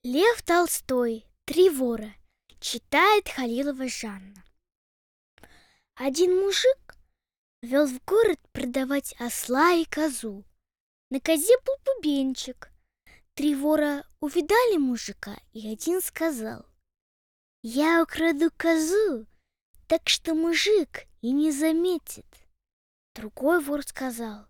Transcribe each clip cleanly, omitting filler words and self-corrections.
Лев Толстой. Три вора. Читает Халилова Жанна. Один мужик вел в город продавать осла и козу. На козе был бубенчик. Три вора увидали мужика, и один сказал: «Я украду козу, так что мужик и не заметит». Другой вор сказал: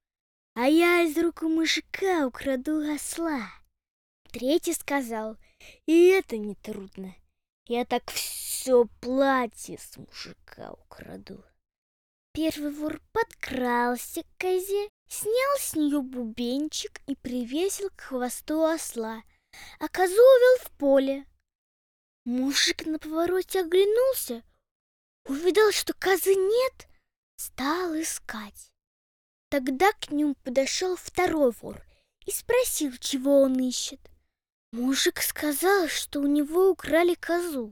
«А я из рук у мужика украду осла». Третий сказал: «И это нетрудно. Я так все платье с мужика украду». Первый вор подкрался к козе, снял с нее бубенчик и привесил к хвосту осла, а козу увел в поле. Мужик на повороте оглянулся, увидал, что козы нет, стал искать. Тогда к нему подошел второй вор и спросил, чего он ищет. Мужик сказал, что у него украли козу.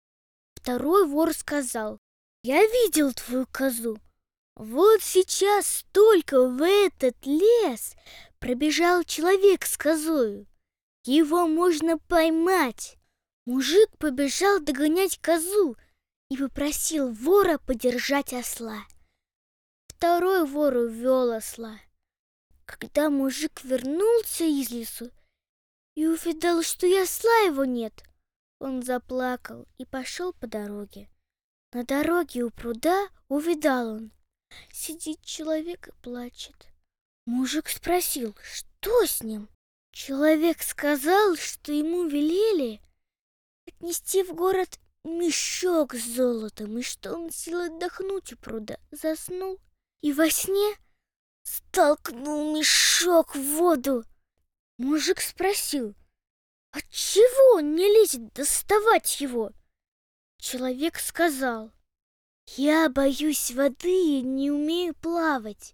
Второй вор сказал: «Я видел твою козу. Вот сейчас только в этот лес пробежал человек с козою. Его можно поймать». Мужик побежал догонять козу и попросил вора подержать осла. Второй вор увел осла. Когда мужик вернулся из лесу и увидал, что и осла его нет, он заплакал и пошел по дороге. На дороге у пруда увидал он: сидит человек и плачет. Мужик спросил, что с ним. Человек сказал, что ему велели отнести в город мешок с золотом, и что он сел отдохнуть у пруда, заснул и во сне столкнул мешок в воду. Мужик спросил: отчего он не лезет доставать его? Человек сказал: я боюсь воды и не умею плавать.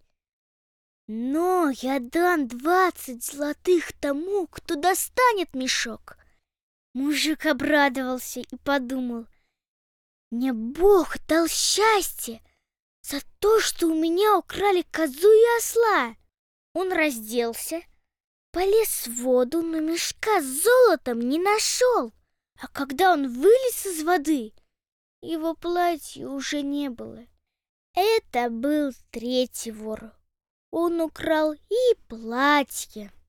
Но я дам 20 золотых тому, кто достанет мешок. Мужик обрадовался и подумал: мне Бог дал счастье за то, что у меня украли козу и осла. Он разделся, полез в воду, но мешка с золотом не нашел. А когда он вылез из воды, его платья уже не было. Это был третий вор. Он украл и платье,